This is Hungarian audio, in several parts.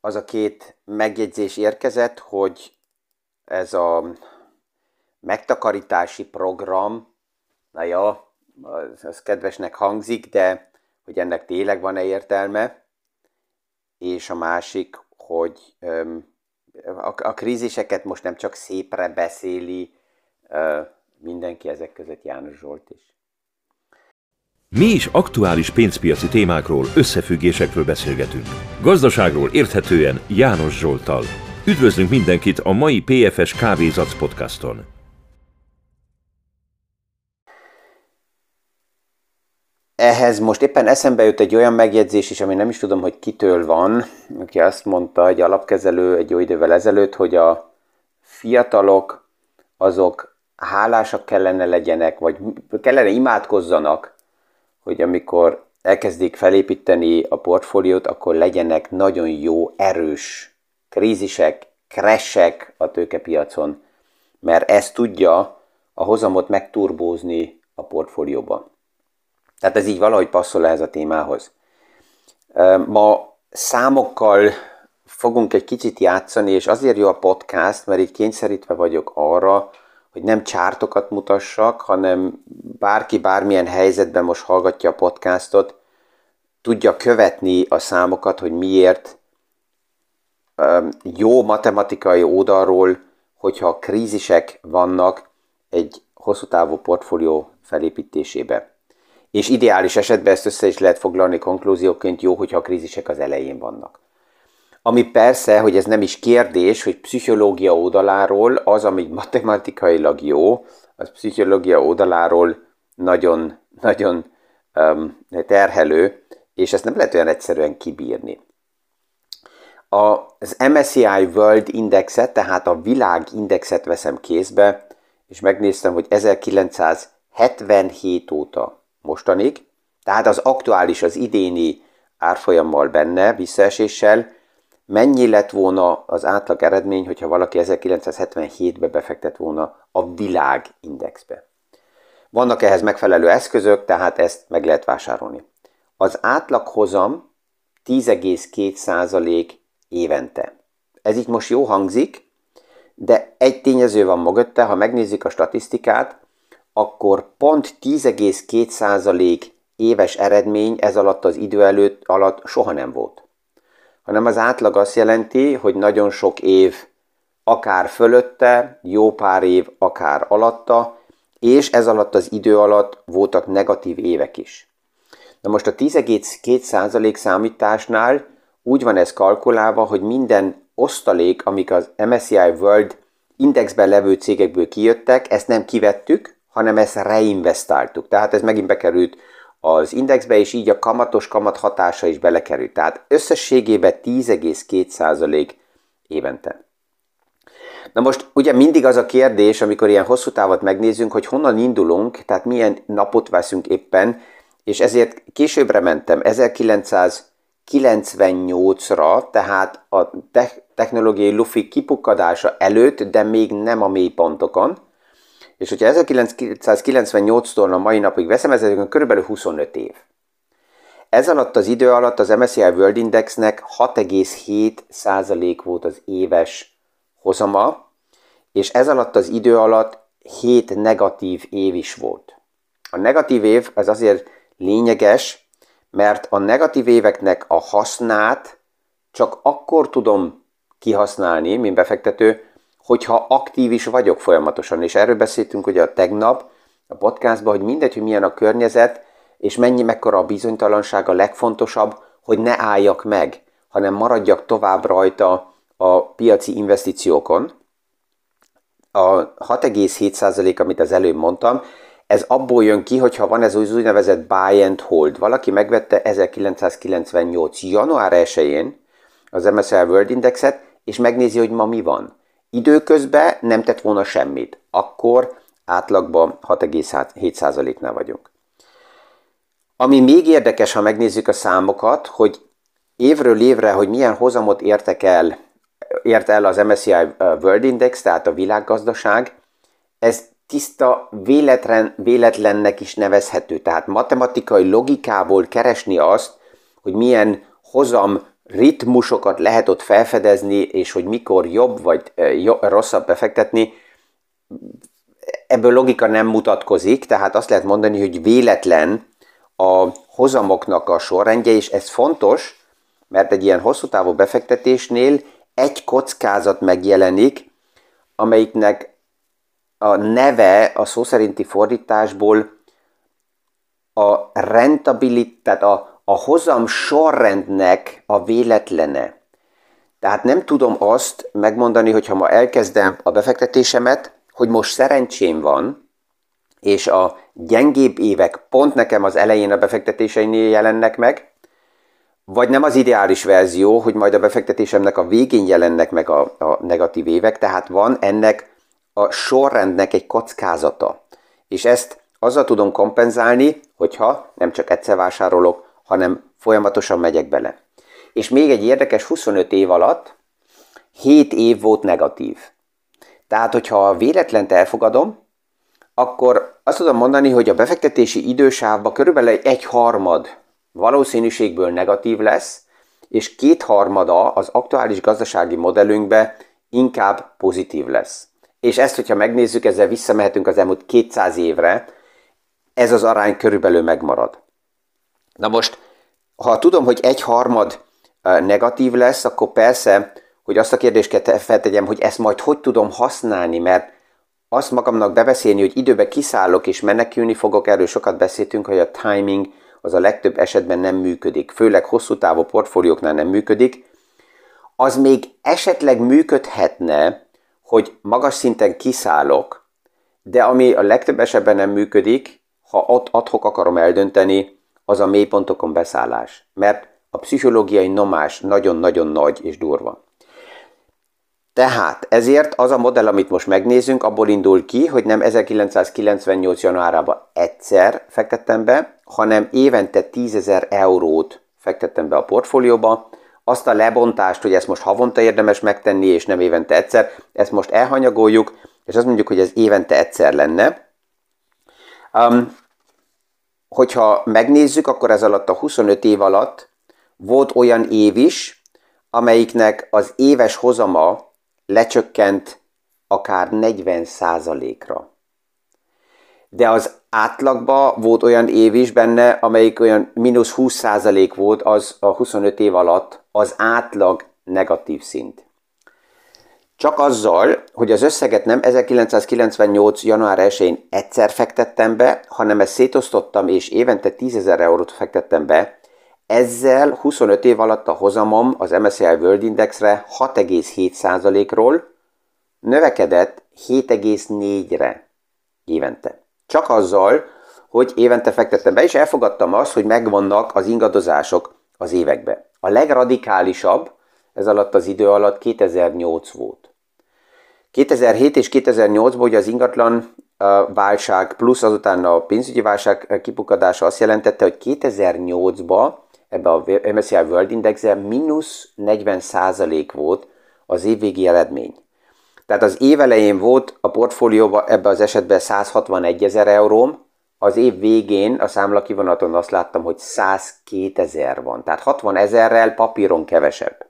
az a két megjegyzés érkezett, hogy ez a megtakarítási program, na jó, az kedvesnek hangzik, de hogy ennek tényleg van-e értelme, és a másik, hogy a kríziseket most nem csak szépre beszéli mindenki, ezek között János Zsolt is. Mi is aktuális pénzpiaci témákról, összefüggésekről beszélgetünk. Gazdaságról érthetően János Zsolttal. Üdvözlünk mindenkit a mai PFS Kávézac podcaston. Ehhez most éppen eszembe jut egy olyan megjegyzés is, ami nem is tudom, hogy kitől van, aki azt mondta, egy alapkezelő egy jó idővel ezelőtt, hogy a fiatalok azok hálásak kellene legyenek, vagy kellene imádkozzanak, hogy amikor elkezdik felépíteni a portfóliót, akkor legyenek nagyon jó, erős krízisek, crashek a tőkepiacon, mert ez tudja a hozamot megturbózni a portfólióban. Tehát ez így valahogy passzol ehhez a témához. Ma számokkal fogunk egy kicsit játszani, és azért jó a podcast, mert így kényszerítve vagyok arra, hogy nem csártokat mutassak, hanem bárki bármilyen helyzetben most hallgatja a podcastot, tudja követni a számokat, hogy miért jó matematikai oldalról, hogyha krízisek vannak egy hosszú távú portfólió felépítésébe. És ideális esetben ezt össze is lehet foglalni konklúzióként, jó, hogyha a krízisek az elején vannak. Ami persze, hogy ez nem is kérdés, hogy pszichológia oldaláról az, ami matematikailag jó, az pszichológia oldaláról nagyon, nagyon terhelő, és ezt nem lehet olyan egyszerűen kibírni. Az MSCI World Indexet, tehát a világindexet veszem kézbe, és megnéztem, hogy 1977 óta mostanig, tehát az aktuális, az idéni árfolyammal benne, visszaeséssel, mennyi lett volna az átlag eredmény, hogyha valaki 1977-be befektet volna a világindexbe. Vannak ehhez megfelelő eszközök, tehát ezt meg lehet vásárolni. Az átlaghozam 10,2% évente. Ez itt most jó hangzik, de egy tényező van mögötte, ha megnézzük a statisztikát, akkor pont 10,2% éves eredmény ez alatt az idő alatt soha nem volt. Hanem az átlag azt jelenti, hogy nagyon sok év akár fölötte, jó pár év akár alatta, és ez alatt az idő alatt voltak negatív évek is. Na most a 10,2% számításnál úgy van ez kalkulálva, hogy minden osztalék, amik az MSCI World Indexben levő cégekből kijöttek, ezt nem kivettük, hanem ezt reinvestáltuk. Tehát ez megint bekerült az indexbe, és így a kamatos kamat hatása is belekerült. Tehát összességében 10,2% évente. Na most ugye mindig az a kérdés, amikor ilyen hosszú távot megnézzünk, hogy honnan indulunk, tehát milyen napot veszünk éppen, és ezért későbbre mentem 1998-ra, tehát a technológiai lufi kipukkadása előtt, de még nem a mélypontokon. És hogyha 1998-tól a mai napig veszem, ez körülbelül 25 év. Ez alatt az idő alatt az MSCI World Indexnek 6,7% volt az éves hozama, és ez alatt az idő alatt 7 negatív év is volt. A negatív év az azért lényeges, mert a negatív éveknek a hasznát csak akkor tudom kihasználni, mint befektető, hogyha aktív is vagyok folyamatosan. És erről beszéltünk ugye tegnap a podcastban, hogy mindegy, hogy milyen a környezet, és mekkora a bizonytalanság, a legfontosabb, hogy ne álljak meg, hanem maradjak tovább rajta a piaci investíciókon. A 6,7%, amit az előbb mondtam, ez abból jön ki, hogyha van ez az úgynevezett buy and hold. Valaki megvette 1998. január 1-én az MSCI World Indexet, és megnézi, hogy ma mi van. Időközben nem tett volna semmit. Akkor átlagban 6,7%-nál vagyunk. Ami még érdekes, ha megnézzük a számokat, hogy évről évre, hogy milyen hozamot ért el az MSCI World Index, tehát a világgazdaság, ez tiszta véletlennek is nevezhető. Tehát matematikai logikából keresni azt, hogy milyen hozam ritmusokat lehet ott felfedezni, és hogy mikor jobb vagy rosszabb befektetni, ebből logika nem mutatkozik, tehát azt lehet mondani, hogy véletlen a hozamoknak a sorrendje, és ez fontos, mert egy ilyen hosszú távú befektetésnél egy kockázat megjelenik, amelyiknek a neve a szó szerinti fordításból a rentabilitás, tehát a hozam sorrendnek a véletlene. Tehát nem tudom azt megmondani, hogy ha ma elkezdem a befektetésemet, hogy most szerencsém van, és a gyengébb évek pont nekem az elején a befektetéseinél jelennek meg, vagy nem az ideális verzió, hogy majd a befektetésemnek a végén jelennek meg a negatív évek, tehát van ennek a sorrendnek egy kockázata. És ezt azzal tudom kompenzálni, hogyha nem csak egyszer vásárolok, hanem folyamatosan megyek bele. És még egy érdekes, 25 év alatt 7 év volt negatív. Tehát, hogyha a véletlent elfogadom, akkor azt tudom mondani, hogy a befektetési idősávban körülbelül 1/3 valószínűségből negatív lesz, és 2/3 az aktuális gazdasági modellünkben inkább pozitív lesz. És ezt, hogyha megnézzük, ezzel visszamehetünk az elmúlt 200 évre, ez az arány körülbelül megmarad. Na most, ha tudom, hogy 1/3 negatív lesz, akkor persze, hogy azt a kérdést kell feltegyem, hogy ezt majd hogy tudom használni, mert azt magamnak bebeszélni, hogy időben kiszállok és menekülni fogok, erről sokat beszéltünk, hogy a timing az a legtöbb esetben nem működik, főleg hosszú távú portfólióknál nem működik, az még esetleg működhetne, hogy magas szinten kiszállok, de ami a legtöbb esetben nem működik, ha ott ad-hoc akarom eldönteni, az a mélypontokon beszállás, mert a pszichológiai nyomás nagyon-nagyon nagy és durva. Tehát ezért az a modell, amit most megnézünk, abból indul ki, hogy nem 1998. januárában egyszer fektettem be, hanem évente 10 000 eurót fektettem be a portfólióba. Azt a lebontást, hogy ezt most havonta érdemes megtenni, és nem évente egyszer, ezt most elhanyagoljuk, és azt mondjuk, hogy ez évente egyszer lenne. Hogyha megnézzük, akkor ez alatt a 25 év alatt volt olyan év is, amelyiknek az éves hozama lecsökkent akár 40%-ra. De az átlagban volt olyan év is benne, amelyik olyan mínusz 20% volt az a 25 év alatt az átlag negatív szint. Csak azzal, hogy az összeget nem 1998. január 1-én egyszer fektettem be, hanem ezt szétosztottam és évente 10 000 eurót fektettem be, ezzel 25 év alatt a hozamom az MSCI World Indexre 6,7%-ról növekedett 7,4-re évente. Csak azzal, hogy évente fektettem be, és elfogadtam azt, hogy megvannak az ingadozások az évekbe. A legradikálisabb ez alatt az idő alatt 2008 volt. 2007 és 2008-ban ugye az ingatlan válság plusz azután a pénzügyi válság kipukkadása azt jelentette, hogy 2008-ban ebben a MSCI World Indexen mínusz 40% volt az évvégi eredmény. Tehát az év elején volt a portfólióban ebben az esetben 161 000 euróm, az év végén a számlakivonaton azt láttam, hogy 102 000 van. Tehát 60 000-rel papíron kevesebb.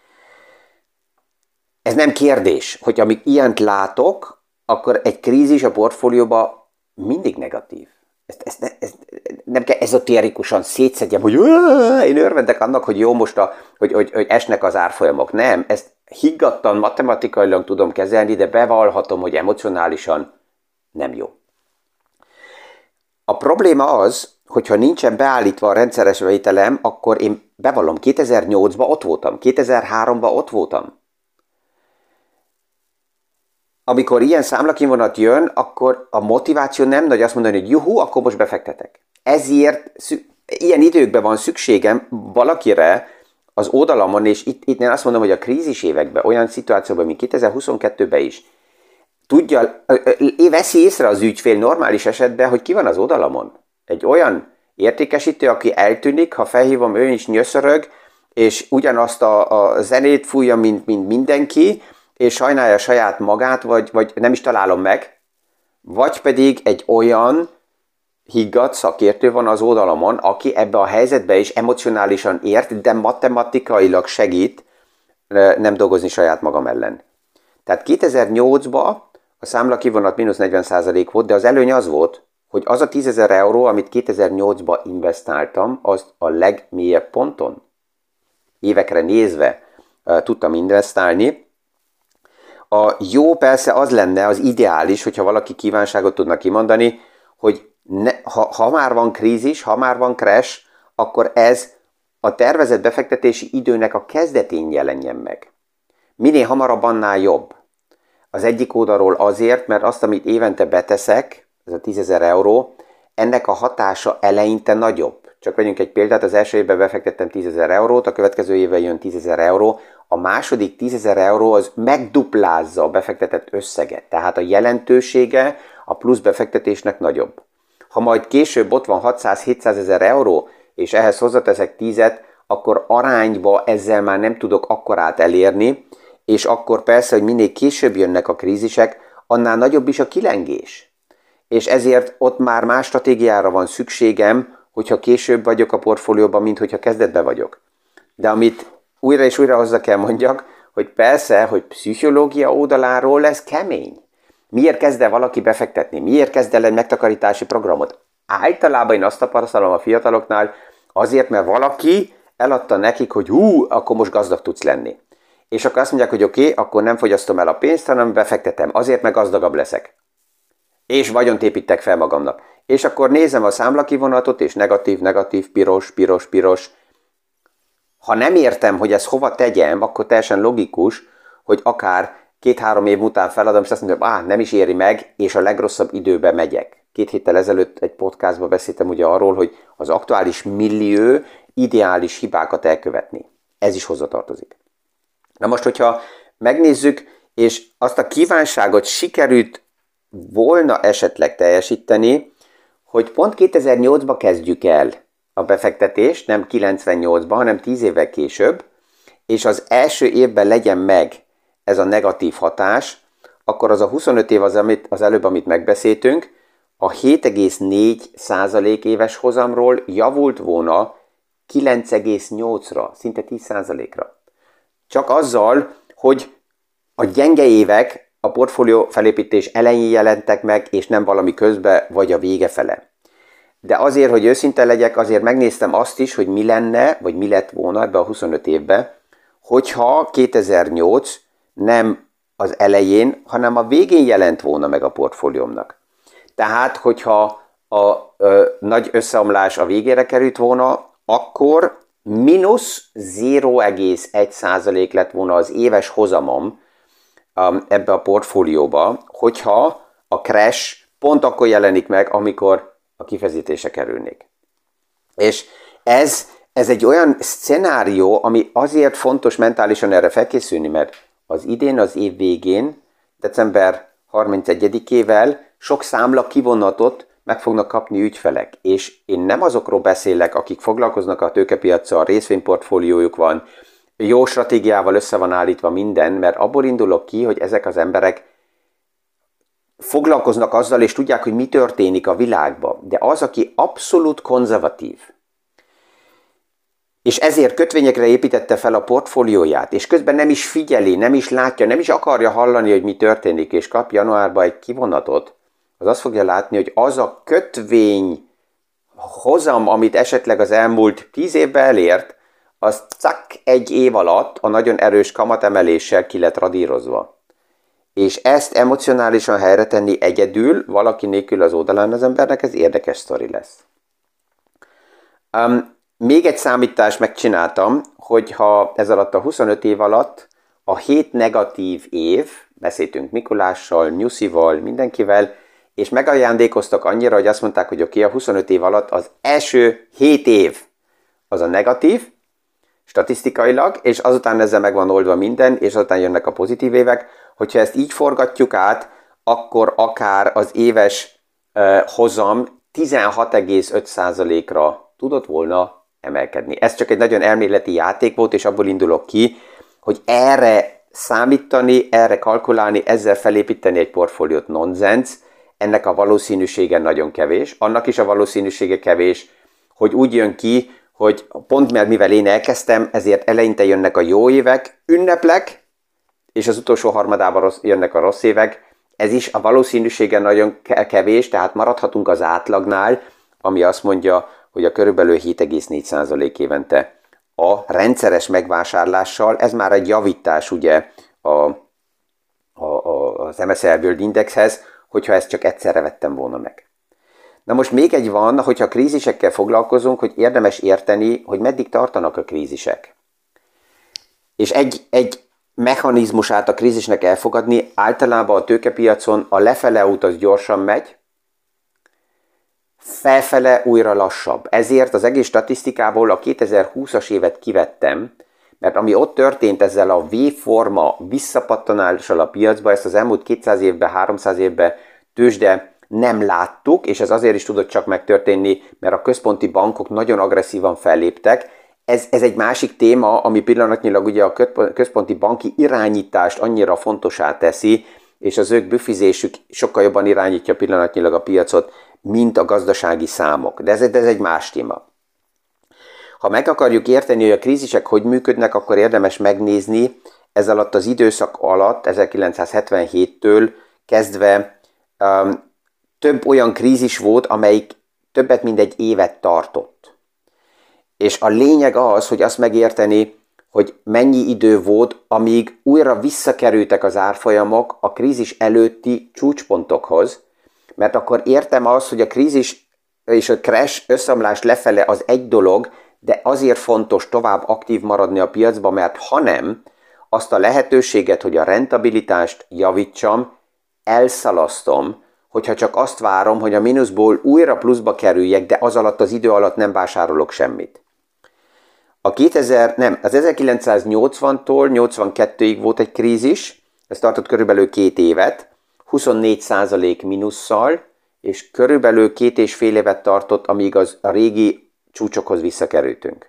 Ez nem kérdés, hogy amíg ilyent látok, akkor egy krízis a portfólióban mindig negatív. Nem kell ezotérikusan szétszedjem, hogy én örvendek annak, hogy jó most, hogy esnek az árfolyamok. Nem, ezt higgadtan, matematikailag tudom kezelni, de bevallhatom, hogy emocionálisan nem jó. A probléma az, hogyha nincsen beállítva a rendszeres vételem, akkor én bevallom, 2008-ban ott voltam, 2003-ban ott voltam. Amikor ilyen számlakínvonat jön, akkor a motiváció nem nagy azt mondani, hogy juhu, akkor most befektetek. Ezért ilyen időkben van szükségem valakire az oldalamon, és itt én azt mondom, hogy a krízis években, olyan szituációban, mint 2022-ben is, veszi észre az ügyfél normális esetben, hogy ki van az oldalamon. Egy olyan értékesítő, aki eltűnik, ha felhívom, ő is nyöszörög, és ugyanazt a zenét fújja, mint mindenki, és sajnálja saját magát, vagy nem is találom meg, vagy pedig egy olyan higgadt szakértő van az oldalamon, aki ebbe a helyzetbe is emocionálisan ért, de matematikailag segít nem dolgozni saját magam ellen. Tehát 2008-ban a számlakivonat mínusz 40% volt, de az előny az volt, hogy az a 10 000 euró, amit 2008-ban investáltam, azt a legmélyebb ponton, évekre nézve tudtam investálni. A jó persze az lenne, az ideális, hogyha valaki kívánságot tudna kimondani, hogy ha már van krízis, ha már van crash, akkor ez a tervezett befektetési időnek a kezdetén jelenjen meg. Minél hamarabb, annál jobb. Az egyik oldalról azért, mert azt, amit évente beteszek, ez a 10 000 euró, ennek a hatása eleinte nagyobb. Csak vegyünk egy példát, az első évben befektettem 10 000 eurót, a következő évben jön 10 000 euró, a második 10 000 euró az megduplázza a befektetett összeget, tehát a jelentősége a plusz befektetésnek nagyobb. Ha majd később ott van 600-700 000 euró, és ehhez hozzateszek 10-et, akkor arányba ezzel már nem tudok akkorát elérni, és akkor persze, hogy minél később jönnek a krízisek, annál nagyobb is a kilengés. És ezért ott már más stratégiára van szükségem, hogyha később vagyok a portfólióban, mint hogyha kezdetben vagyok. De amit újra és újra hozzá kell mondjak, hogy persze, hogy pszichológia oldaláról ez kemény. Miért kezd el valaki befektetni? Miért kezd el egy megtakarítási programot? Általában én azt tapasztalom a fiataloknál, azért, mert valaki eladta nekik, hogy akkor most gazdag tudsz lenni. És akkor azt mondják, hogy oké, akkor nem fogyasztom el a pénzt, hanem befektetem. Azért, mert gazdagabb leszek. És vagyont építek fel magamnak. És akkor nézem a számlakivonatot, és negatív, piros. Ha nem értem, hogy ezt hova tegyem, akkor teljesen logikus, hogy akár 2-3 év után feladom, és azt mondom, nem is éri meg, és a legrosszabb időben megyek. 2 héttel ezelőtt egy podcastban beszéltem ugye arról, hogy az aktuális millió ideális hibákat elkövetni. Ez is hozzatartozik. Na most, hogyha megnézzük, és azt a kívánságot sikerült volna esetleg teljesíteni, hogy pont 2008-ba kezdjük el a befektetést, nem 98-ban, hanem 10 évvel később, és az első évben legyen meg ez a negatív hatás, akkor az a 25 év az előbb, amit megbeszéltünk, a 7,4% éves hozamról javult volna 9,8-ra, szinte 10%-ra. Csak azzal, hogy a gyenge évek a portfólió felépítés elején jelentek meg, és nem valami közben vagy a vége fele. De azért, hogy őszinte legyek, azért megnéztem azt is, hogy mi lenne, vagy mi lett volna ebbe a 25 évbe, hogyha 2008 nem az elején, hanem a végén jelent volna meg a portfóliómnak. Tehát, hogyha a nagy összeomlás a végére került volna, akkor mínusz 0,1% lett volna az éves hozamom ebbe a portfólióba, hogyha a crash pont akkor jelenik meg, amikor a kifejezetése kerülnék. És ez egy olyan szenárió, ami azért fontos mentálisan erre felkészülni, mert az idén, az év végén, december 31-ével sok számla kivonatot meg fognak kapni ügyfelek. És én nem azokról beszélek, akik foglalkoznak a tőkepiacsal, részvényportfóliójuk van, jó stratégiával össze van állítva minden, mert abból indulok ki, hogy ezek az emberek foglalkoznak azzal, és tudják, hogy mi történik a világban. De az, aki abszolút konzervatív, és ezért kötvényekre építette fel a portfólióját, és közben nem is figyeli, nem is látja, nem is akarja hallani, hogy mi történik, és kap januárban egy kivonatot, az azt fogja látni, hogy az a kötvény hozam, amit esetleg az elmúlt 10 évben elért, az egy év alatt a nagyon erős kamatemeléssel ki lett radírozva. És ezt emocionálisan helyre tenni egyedül, valaki nélkül az oldalán az embernek, ez érdekes sztori lesz. Még egy számítást megcsináltam, hogyha ez alatt a 25 év alatt a 7 negatív év, beszéltünk Mikulással, Nyuszival, mindenkivel, és megajándékoztak annyira, hogy azt mondták, hogy oké, a 25 év alatt az első 7 év az a negatív, statisztikailag, és azután ezzel meg van oldva minden, és azután jönnek a pozitív évek. Hogyha ezt így forgatjuk át, akkor akár az éves hozam 16,5%-ra tudott volna emelkedni. Ez csak egy nagyon elméleti játék volt, és abból indulok ki, hogy erre számítani, erre kalkulálni, ezzel felépíteni egy portfóliót nonsens. ennek a valószínűsége nagyon kevés. Annak is a valószínűsége kevés, hogy úgy jön ki, hogy pont mert mivel én elkezdtem, ezért eleinte jönnek a jó évek, ünneplek, és az utolsó harmadában jönnek a rossz évek. Ez is a valószínűsége nagyon kevés, tehát maradhatunk az átlagnál, ami azt mondja, hogy a körülbelül 7,4% évente a rendszeres megvásárlással, ez már egy javítás ugye az MSCI World Indexhez, hogyha ezt csak egyszerre vettem volna meg. Na most még egy van, hogyha krízisekkel foglalkozunk, hogy érdemes érteni, hogy meddig tartanak a krízisek. És egy mechanizmusát a krízisnek elfogadni, általában a tőkepiacon a lefele út az gyorsan megy, felfele újra lassabb. Ezért az egész statisztikából a 2020-as évet kivettem, mert ami ott történt ezzel a V-forma visszapattanással a piacba, ezt az elmúlt 200 évben, 300 évben tőzsde nem láttuk, és ez azért is tudott csak megtörténni, mert a központi bankok nagyon agresszívan felléptek. Ez egy másik téma, ami pillanatnyilag ugye a központi banki irányítást annyira fontossá teszi, és az ők büfizésük sokkal jobban irányítja pillanatnyilag a piacot, mint a gazdasági számok. De ez egy más téma. Ha meg akarjuk érteni, hogy a krízisek hogy működnek, akkor érdemes megnézni ez alatt az időszak alatt, 1977-től kezdve több olyan krízis volt, amelyik többet mint egy évet tartott. És a lényeg az, hogy azt megérteni, hogy mennyi idő volt, amíg újra visszakerültek az árfolyamok a krízis előtti csúcspontokhoz, mert akkor értem azt, hogy a krízis és a crash összeomlás lefele az egy dolog, de azért fontos tovább aktív maradni a piacba, mert ha nem, azt a lehetőséget, hogy a rentabilitást javítsam, elszalasztom, hogyha csak azt várom, hogy a mínuszból újra pluszba kerüljek, de az alatt az idő alatt nem vásárolok semmit. Az 1980-tól 82-ig volt egy krízis, ez tartott körülbelül 2 évet, 24% mínusszal, és körülbelül 2,5 évet tartott, amíg a régi csúcsokhoz visszakerültünk.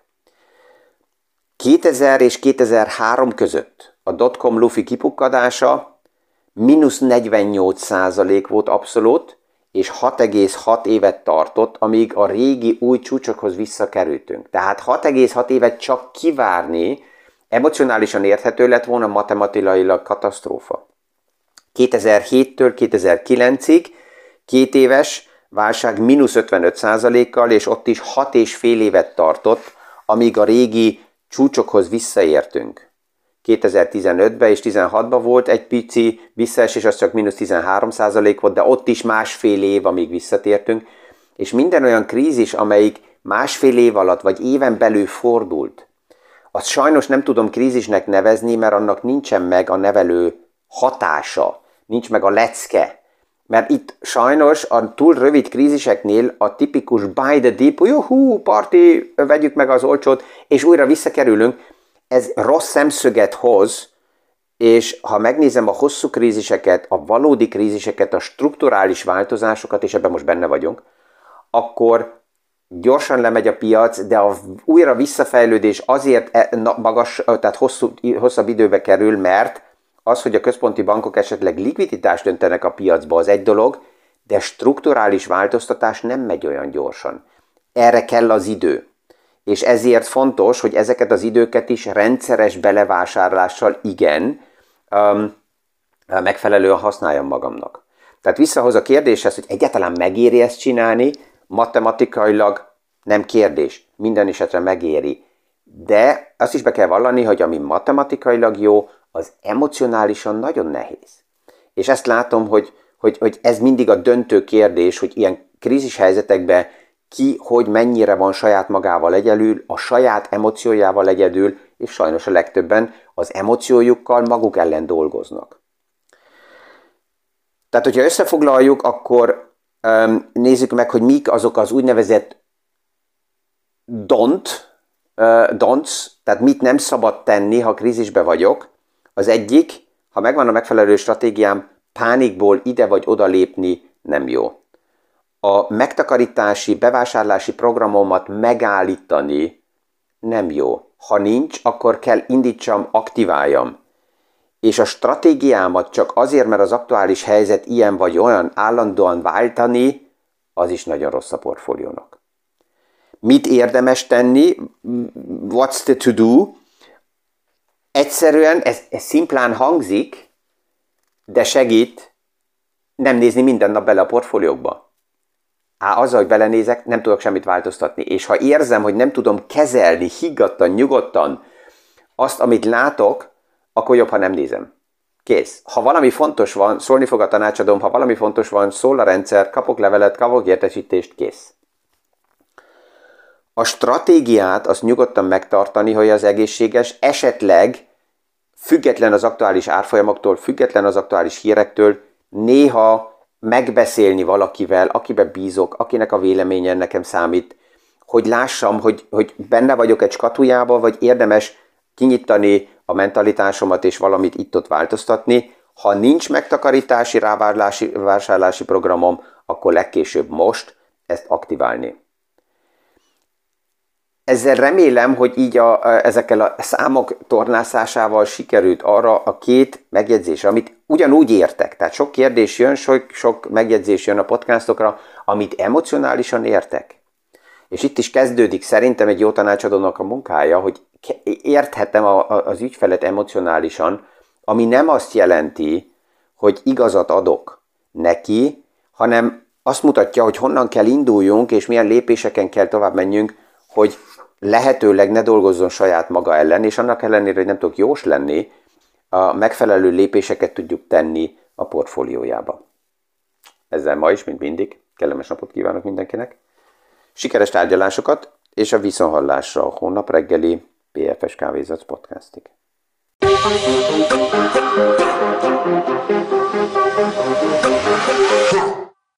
2000 és 2003 között a dotcom lufi kipukkadása mínusz 48% volt abszolút, és 6,6 évet tartott, amíg a régi új csúcsokhoz visszakerültünk. Tehát 6,6 évet csak kivárni emocionálisan érthető lett volna, matematikailag katasztrófa. 2007-től 2009-ig 2 éves válság mínusz 55%-kal, és ott is 6,5 évet tartott, amíg a régi csúcsokhoz visszaértünk. 2015-ben és 2016-ban volt egy pici visszaesés, az csak mínusz 13% volt, de ott is 1,5 év, amíg visszatértünk. És minden olyan krízis, amelyik 1,5 év alatt vagy éven belül fordult, azt sajnos nem tudom krízisnek nevezni, mert annak nincsen meg a nevelő hatása, nincs meg a lecke. Mert itt sajnos a túl rövid kríziseknél a tipikus buy the dip, parti, vegyük meg az olcsót, és újra visszakerülünk, ez rossz szemszöget hoz, és ha megnézem a hosszú kríziseket, a valódi kríziseket, a strukturális változásokat, és ebben most benne vagyunk, akkor gyorsan lemegy a piac, de a újra visszafejlődés azért magas, tehát hosszabb időbe kerül, mert az, hogy a központi bankok esetleg likviditást öntenek a piacba, az egy dolog, de strukturális változtatás nem megy olyan gyorsan. Erre kell az idő. És ezért fontos, hogy ezeket az időket is rendszeres belevásárlással megfelelően használjam magamnak. Tehát visszahoz a kérdéshez, hogy egyáltalán megéri ezt csinálni, matematikailag nem kérdés, minden esetre megéri. De azt is be kell vallani, hogy ami matematikailag jó, az emocionálisan nagyon nehéz. És ezt látom, hogy ez mindig a döntő kérdés, hogy ilyen krízis helyzetekben ki, hogy mennyire van saját magával egyedül, a saját emociójával egyedül, és sajnos a legtöbben az emociójukkal maguk ellen dolgoznak. Tehát, hogyha összefoglaljuk, akkor nézzük meg, hogy mik azok az úgynevezett don'ts, tehát mit nem szabad tenni, ha krízisbe vagyok. Az egyik, ha megvan a megfelelő stratégiám, pánikból ide vagy oda lépni nem jó. A megtakarítási, bevásárlási programomat megállítani nem jó. Ha nincs, akkor kell indítsam, aktiváljam. és a stratégiámat csak azért, mert az aktuális helyzet ilyen vagy olyan állandóan váltani, az is nagyon rossz a portfóliónak. Mit érdemes tenni? What's the to-do? Egyszerűen, ez szimplán hangzik, de segít nem nézni minden nap bele a portfóliókba. Azzal, hogy belenézek, nem tudok semmit változtatni. És ha érzem, hogy nem tudom kezelni higgadtan, nyugodtan azt, amit látok, akkor jobb, ha nem nézem. Kész. Ha valami fontos van, szólni fog a tanácsadóm, ha valami fontos van, szól a rendszer, kapok levelet, kapok értesítést, kész. A stratégiát azt nyugodtan megtartani, hogy az egészséges, esetleg független az aktuális árfolyamoktól, független az aktuális hírektől, néha megbeszélni valakivel, akiben bízok, akinek a véleménye nekem számít, hogy lássam, hogy benne vagyok egy skatujába, vagy érdemes kinyitani a mentalitásomat és valamit itt-ott változtatni. Ha nincs megtakarítási, vásárlási programom, akkor legkésőbb most ezt aktiválni. Ezzel remélem, hogy így ezekkel a számok tornászásával sikerült arra a két megjegyzés, amit ugyanúgy értek. Tehát sok kérdés jön, sok megjegyzés jön a podcastokra, amit emocionálisan értek. És itt is kezdődik szerintem egy jó tanácsadónak a munkája, hogy érthetem az ügyfelet emocionálisan, ami nem azt jelenti, hogy igazat adok neki, hanem azt mutatja, hogy honnan kell induljunk, és milyen lépéseken kell tovább menjünk, hogy lehetőleg ne dolgozzon saját maga ellen, és annak ellenére, hogy nem tudok jós lenni, a megfelelő lépéseket tudjuk tenni a portfóliójába. Ezzel ma is, mint mindig, kellemes napot kívánok mindenkinek, sikeres tárgyalásokat, és a viszonthallásra a hónap reggeli PFS Kávézac podcastig.